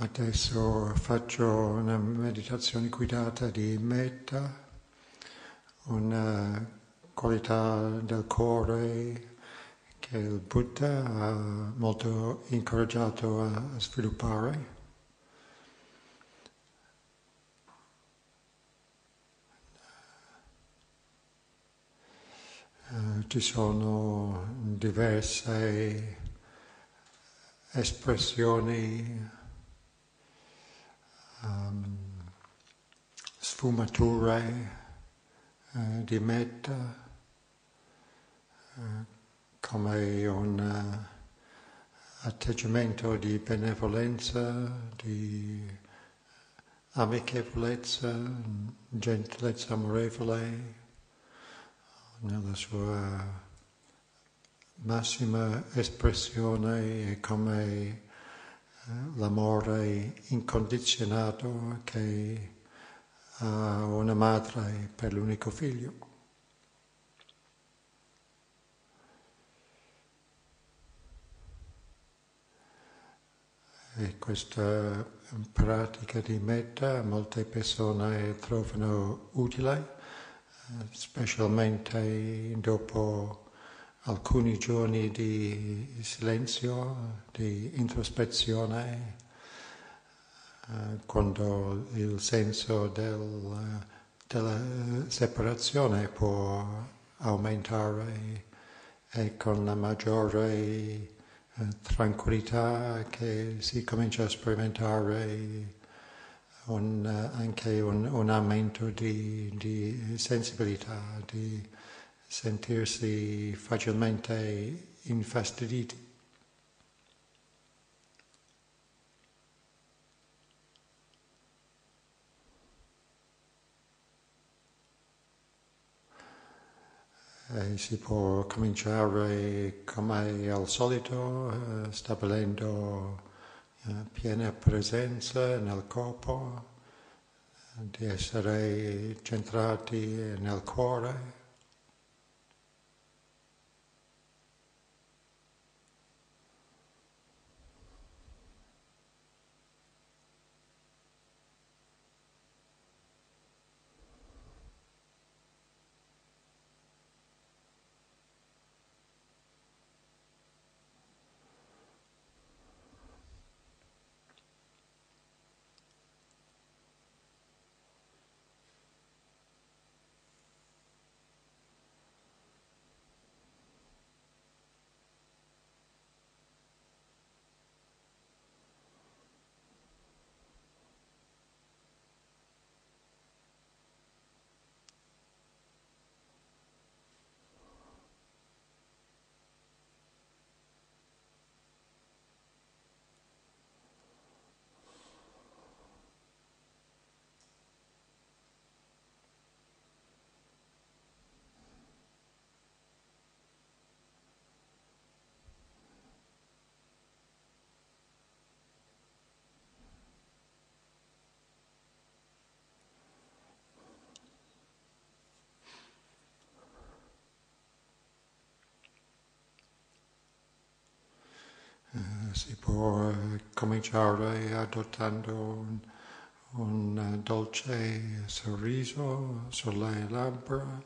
Adesso faccio una meditazione guidata di metta, una qualità del cuore che il Buddha ha molto incoraggiato a sviluppare. Ci sono diverse espressioni, sfumature di metta, come un atteggiamento di benevolenza, di amichevolezza, gentilezza amorevole, nella sua massima espressione è come l'amore incondizionato che ha una madre per l'unico figlio. E questa pratica di metta molte persone trovano utile, specialmente dopo alcuni giorni di silenzio, di introspezione, quando il senso della separazione può aumentare e con la maggiore tranquillità che si comincia a sperimentare anche un aumento di sensibilità, di sentirsi facilmente infastiditi. E si può cominciare come al solito, stabilendo piena presenza nel corpo, di essere centrati nel cuore. Si può cominciare adottando un dolce sorriso sulle labbra,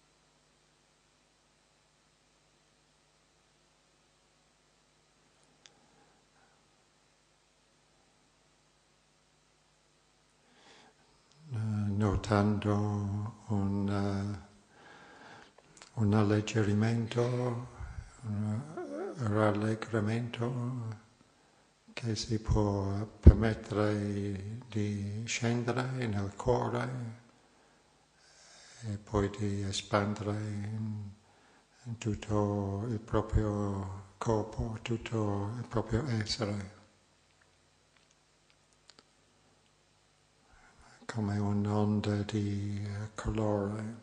notando un alleggerimento, un rallegramento che si può permettere di scendere nel cuore e poi di espandere in tutto il proprio corpo, tutto il proprio essere, come un'onda di calore.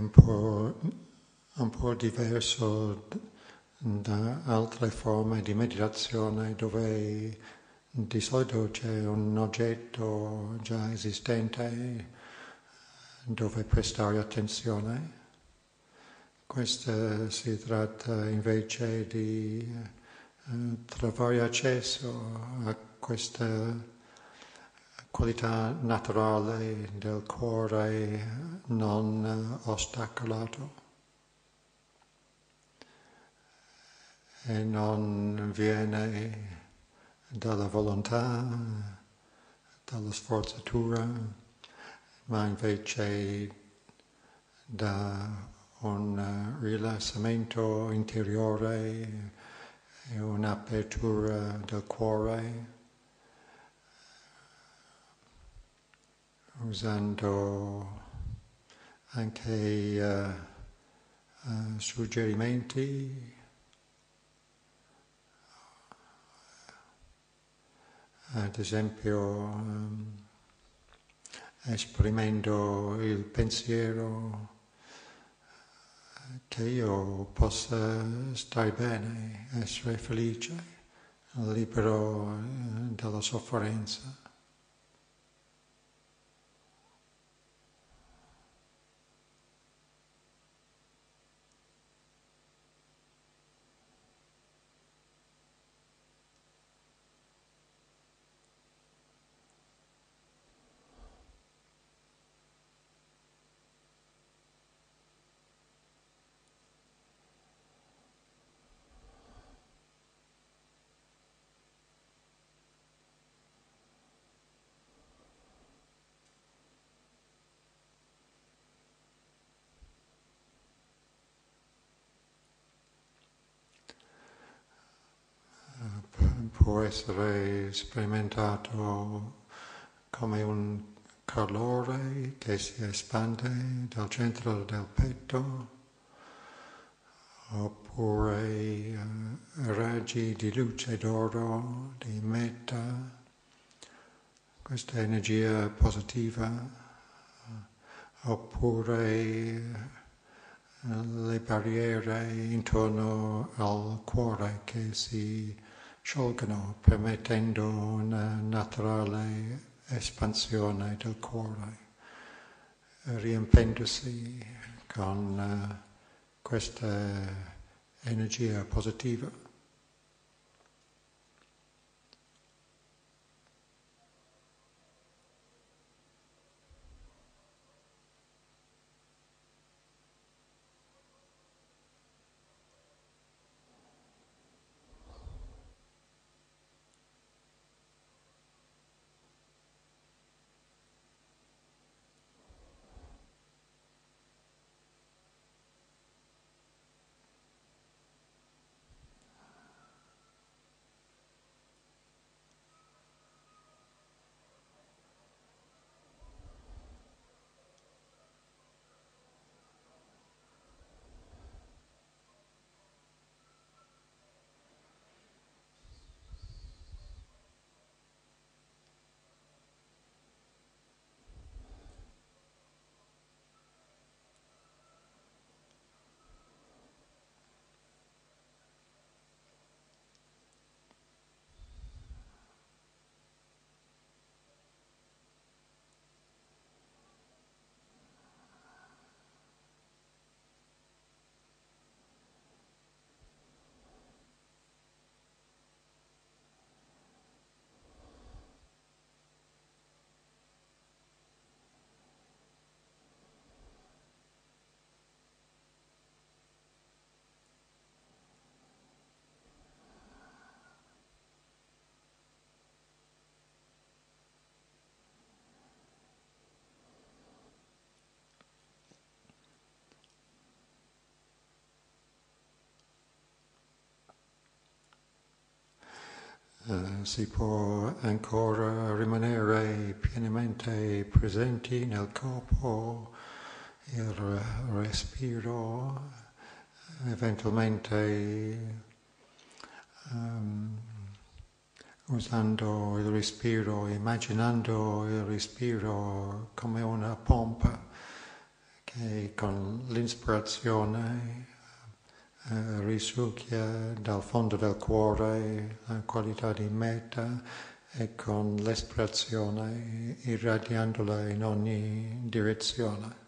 un po' diverso da altre forme di meditazione dove di solito c'è un oggetto già esistente dove prestare attenzione. Questa si tratta invece di trovare accesso a questa qualità naturale del cuore non ostacolato e non viene dalla volontà, dalla sforzatura, ma invece da un rilassamento interiore e un'apertura del cuore, usando anche suggerimenti, ad esempio esprimendo il pensiero che io possa stare bene, essere felice, libero dalla sofferenza. Può essere sperimentato come un calore che si espande dal centro del petto, oppure raggi di luce d'oro, di metta, questa energia positiva, oppure le barriere intorno al cuore che si sciolgono, permettendo una naturale espansione del cuore, riempendosi con questa energia positiva. Si può ancora rimanere pienamente presenti nel corpo, il respiro, eventualmente usando il respiro, immaginando il respiro come una pompa che con l'ispirazione risucchia dal fondo del cuore la qualità di meta e con l'espirazione irradiandola in ogni direzione.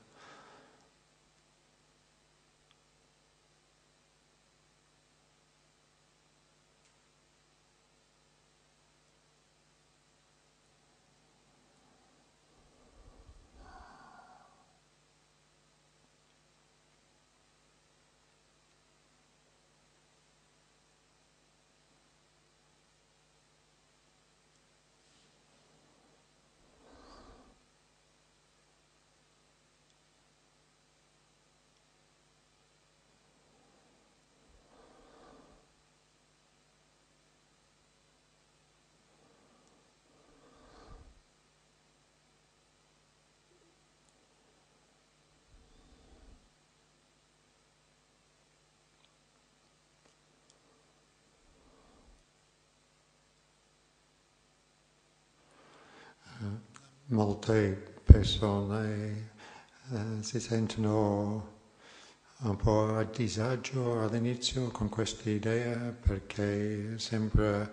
Molte persone si sentono un po' a disagio all'inizio con questa idea perché sembra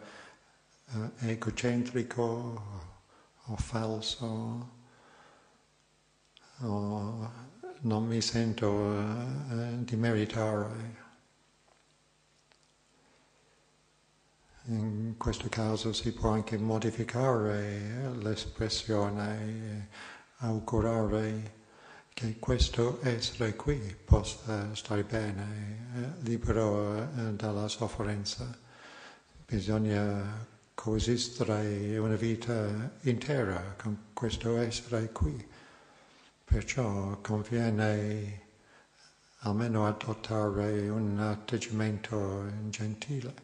egocentrico o falso o non mi sento di meritare. In questo caso si può anche modificare l'espressione e augurare che questo essere qui possa stare bene, libero dalla sofferenza. Bisogna coesistere una vita intera con questo essere qui, perciò conviene almeno adottare un atteggiamento gentile.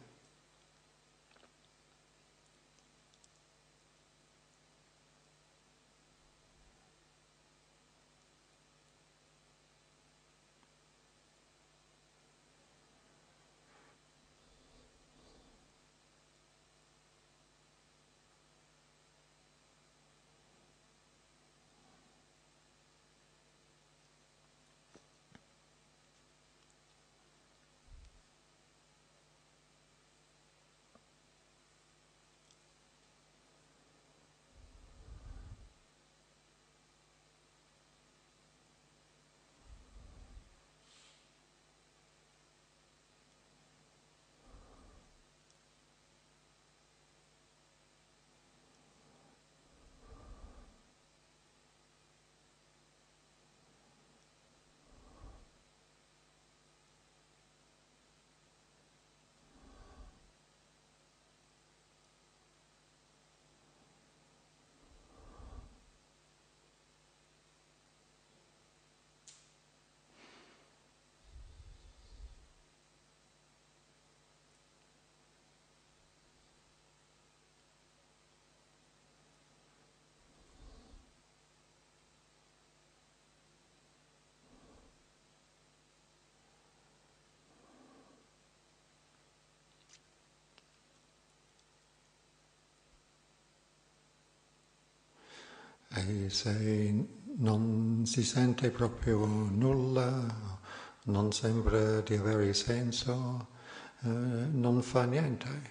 E se non si sente proprio nulla, non sembra di avere senso, non fa niente.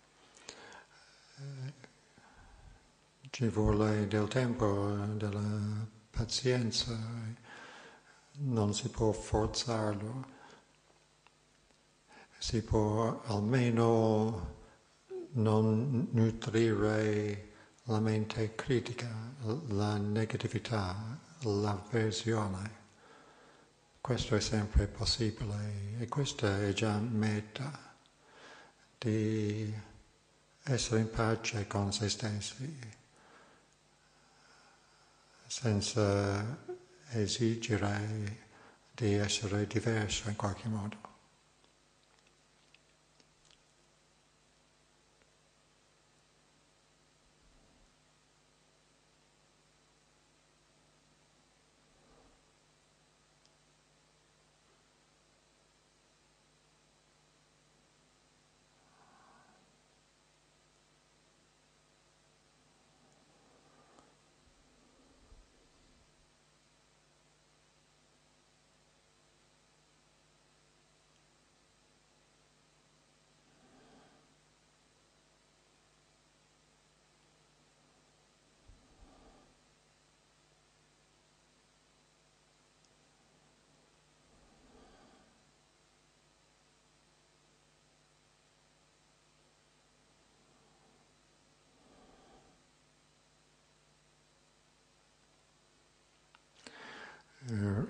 Ci vuole del tempo, della pazienza, non si può forzarlo, si può almeno non nutrire la mente critica, la negatività, l'avversione. Questo è sempre possibile e questa è già meta di essere in pace con se stessi, senza esigere di essere diverso in qualche modo.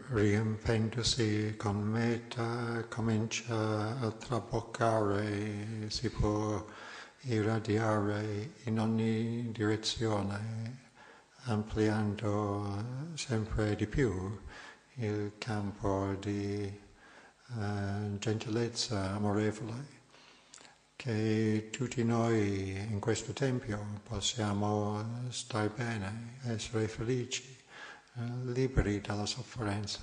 riempendosi con meta comincia a traboccare, si può irradiare in ogni direzione, ampliando sempre di più il campo di gentilezza amorevole che tutti noi in questo Tempio possiamo stare bene, essere felici, liberi dalla sofferenza.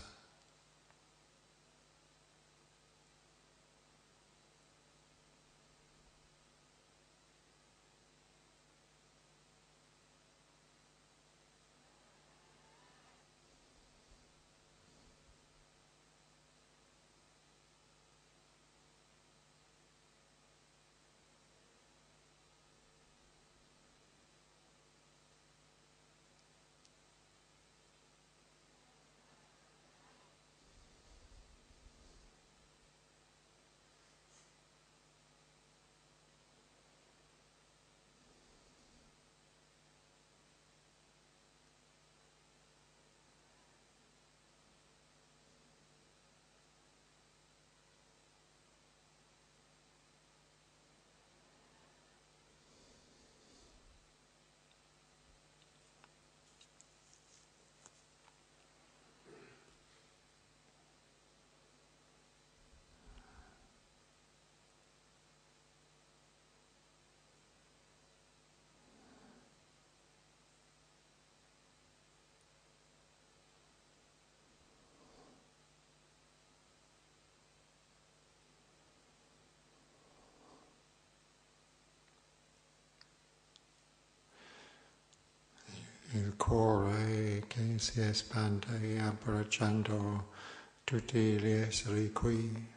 Il cuore che si espande abbracciando tutti gli esseri qui.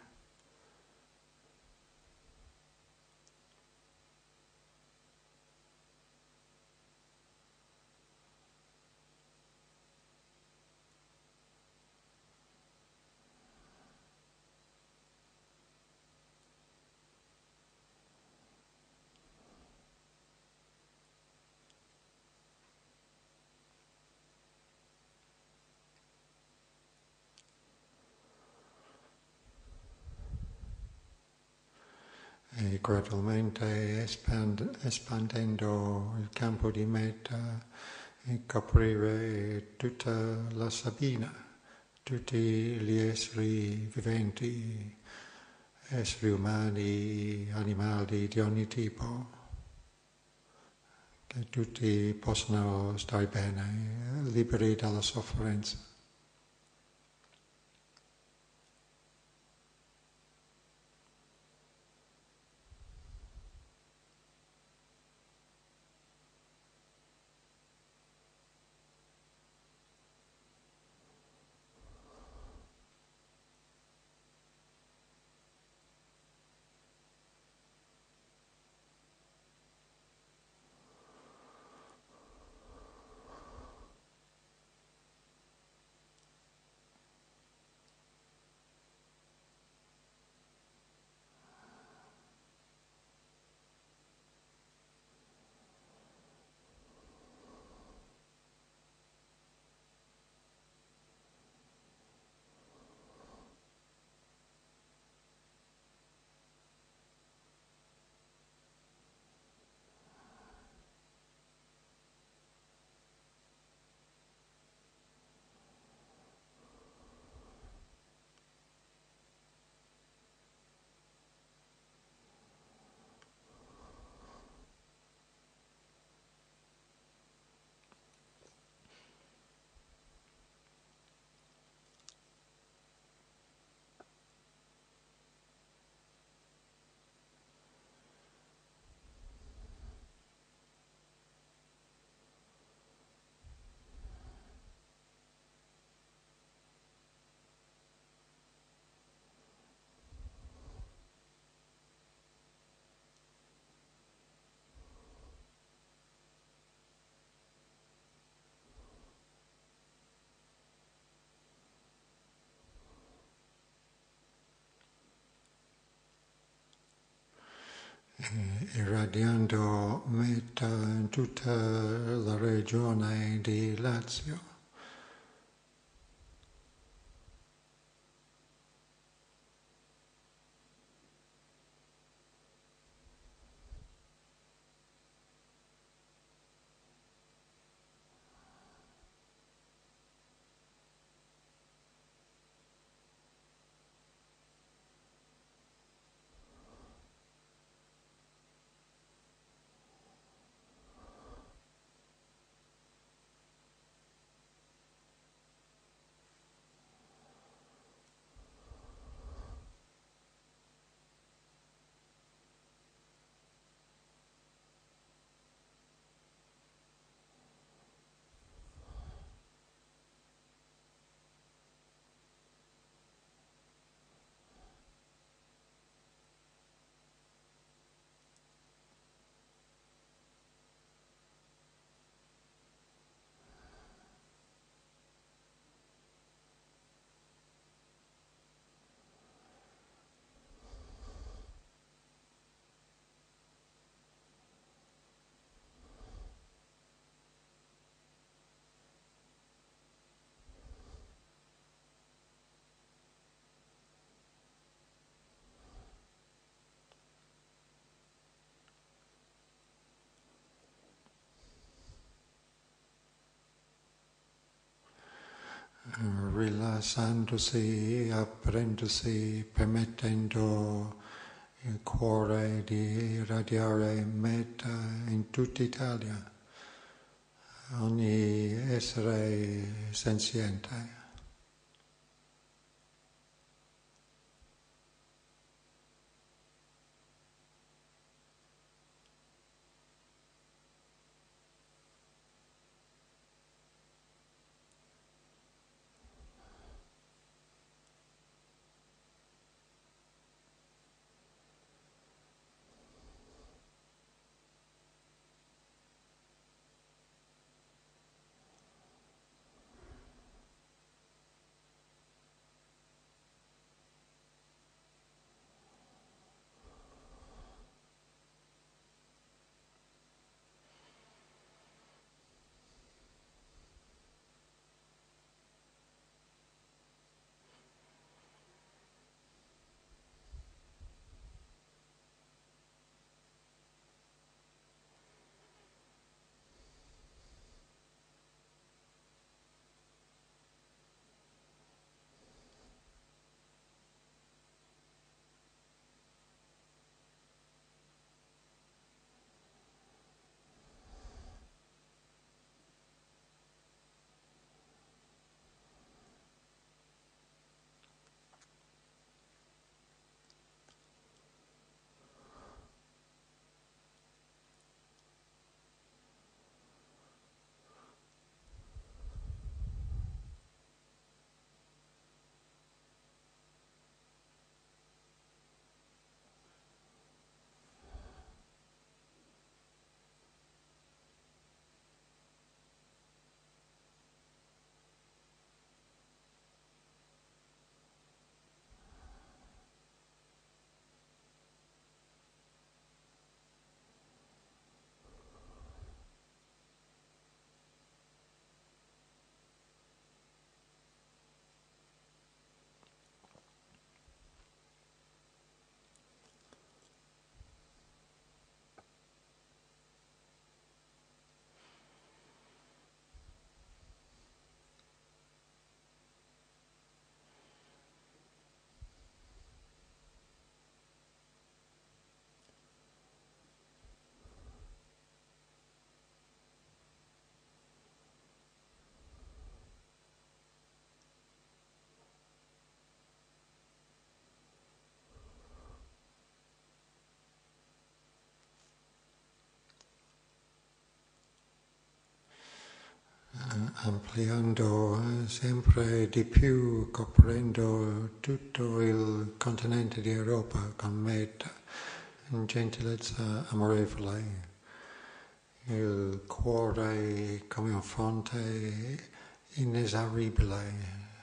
E gradualmente espandendo il campo di meta e coprire tutta la Sabina, tutti gli esseri viventi, esseri umani, animali di ogni tipo, che tutti possano stare bene, liberi dalla sofferenza. Irradiando meta in tutta la regione di Lazio. rilassandosi, aprendosi, permettendo il cuore di irradiare metta in tutta Italia, ogni essere senziente. Ampliando sempre di più, coprendo tutto il continente di Europa con metta, in gentilezza amorevole, il cuore come una fonte inesauribile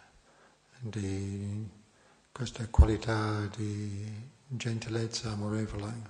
di questa qualità di gentilezza amorevole.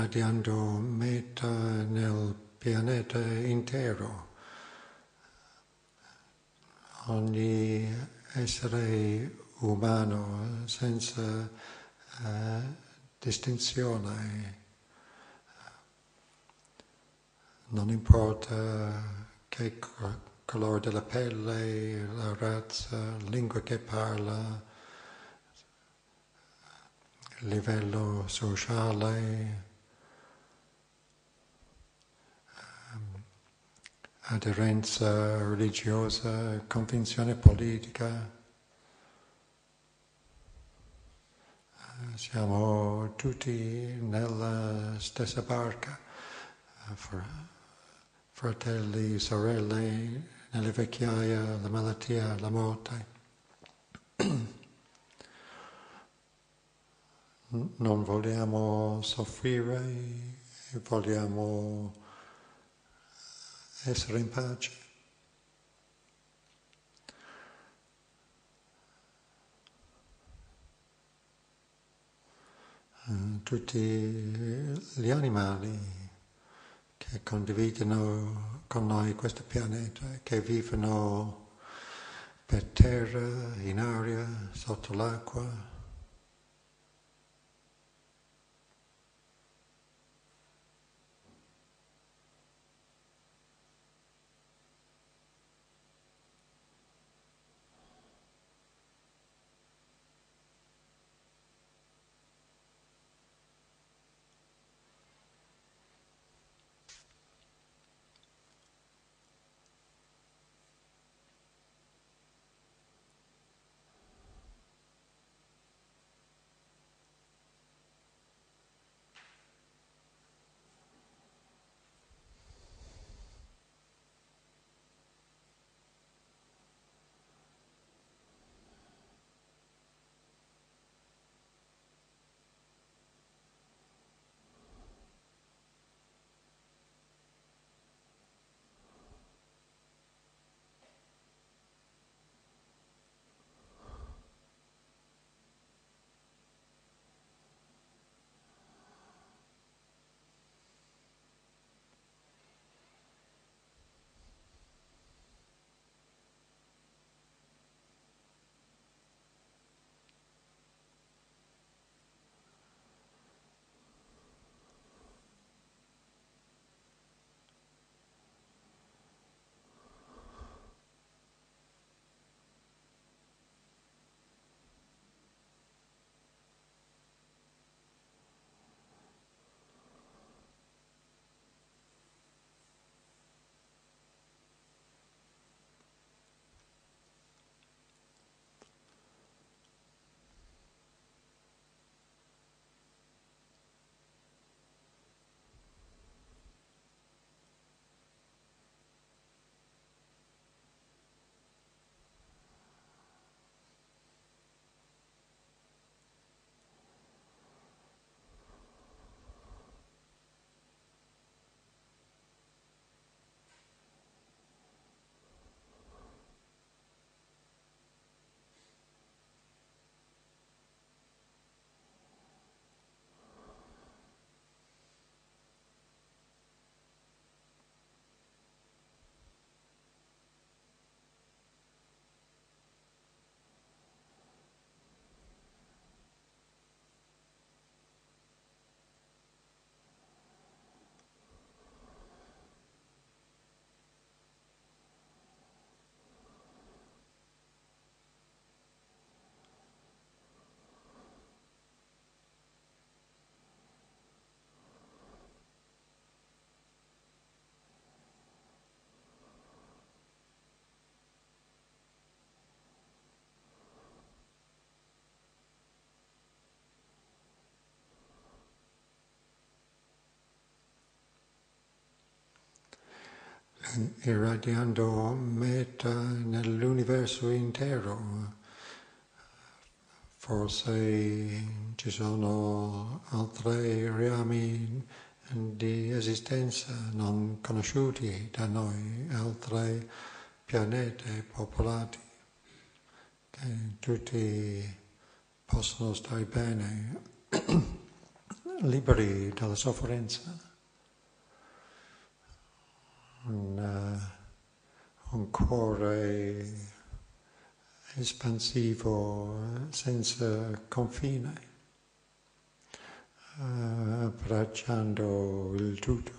irradiando metta nel pianeta intero. Ogni essere umano senza distinzione, non importa che colore della pelle, la razza, la lingua che parla, livello sociale, aderenza religiosa, convinzione politica. Siamo tutti nella stessa barca, fratelli, sorelle, nelle vecchiaia, la malattia, la morte. Non vogliamo soffrire, vogliamo essere in pace. Tutti gli animali che condividono con noi questo pianeta, che vivono per terra, in aria, sotto l'acqua. Irradiando metta nell'universo intero. Forse ci sono altri rami di esistenza non conosciuti da noi, altri pianeti popolati, che tutti possono stare bene liberi dalla sofferenza, un cuore espansivo senza confine, abbracciando il tutto.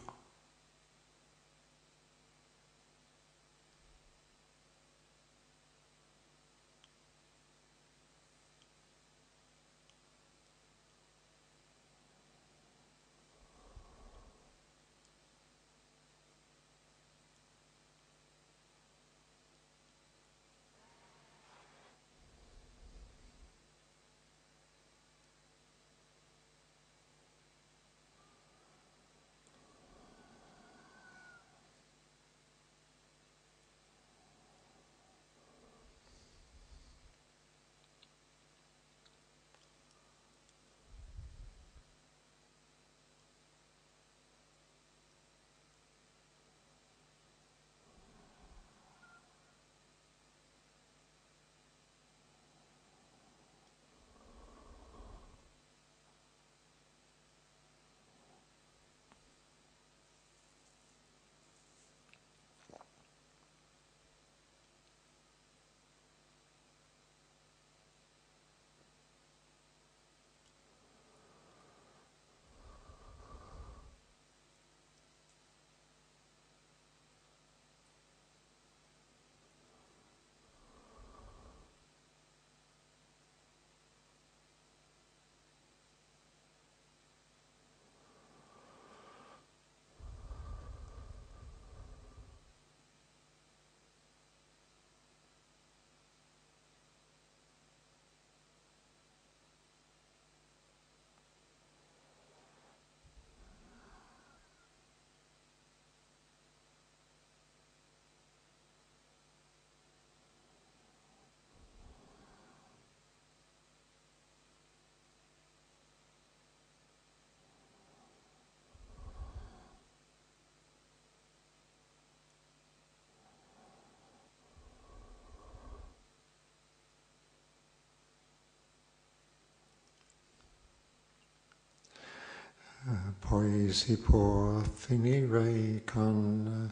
Poi si può finire con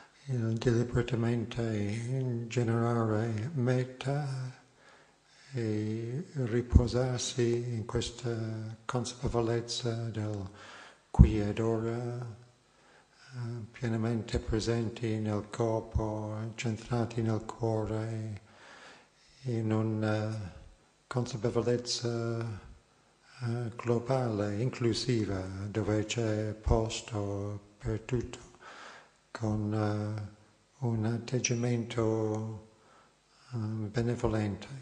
il deliberatamente generare metta e riposarsi in questa consapevolezza del qui ed ora, pienamente presenti nel corpo, centrati nel cuore, in una consapevolezza globale, inclusiva, dove c'è posto per tutto, con un atteggiamento benevolente.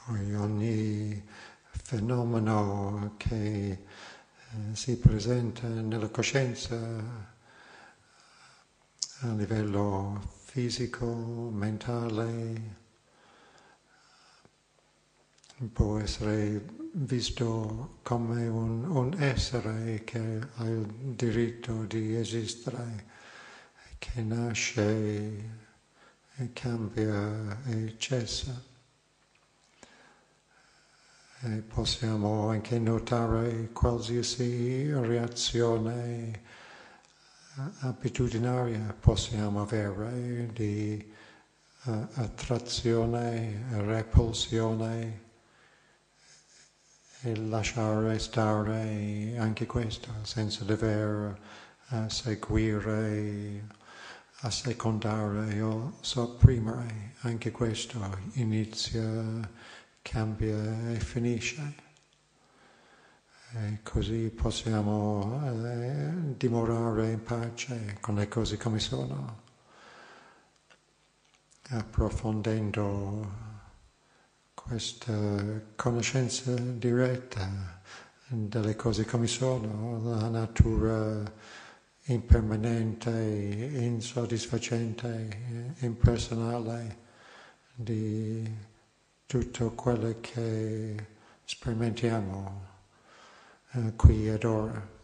Poi ogni fenomeno che si presenta nella coscienza a livello fisico, mentale, può essere visto come un essere che ha il diritto di esistere, che nasce e cambia e cessa. E possiamo anche notare qualsiasi reazione abitudinaria possiamo avere di attrazione, repulsione, e lasciare stare anche questo senza dover seguire, assecondare o sopprimere. Anche questo inizia, cambia e finisce. E così possiamo dimorare in pace con le cose come sono, approfondendo questa conoscenza diretta delle cose come sono, la natura impermanente, insoddisfacente, impersonale di tutto quello che sperimentiamo qui ed ora.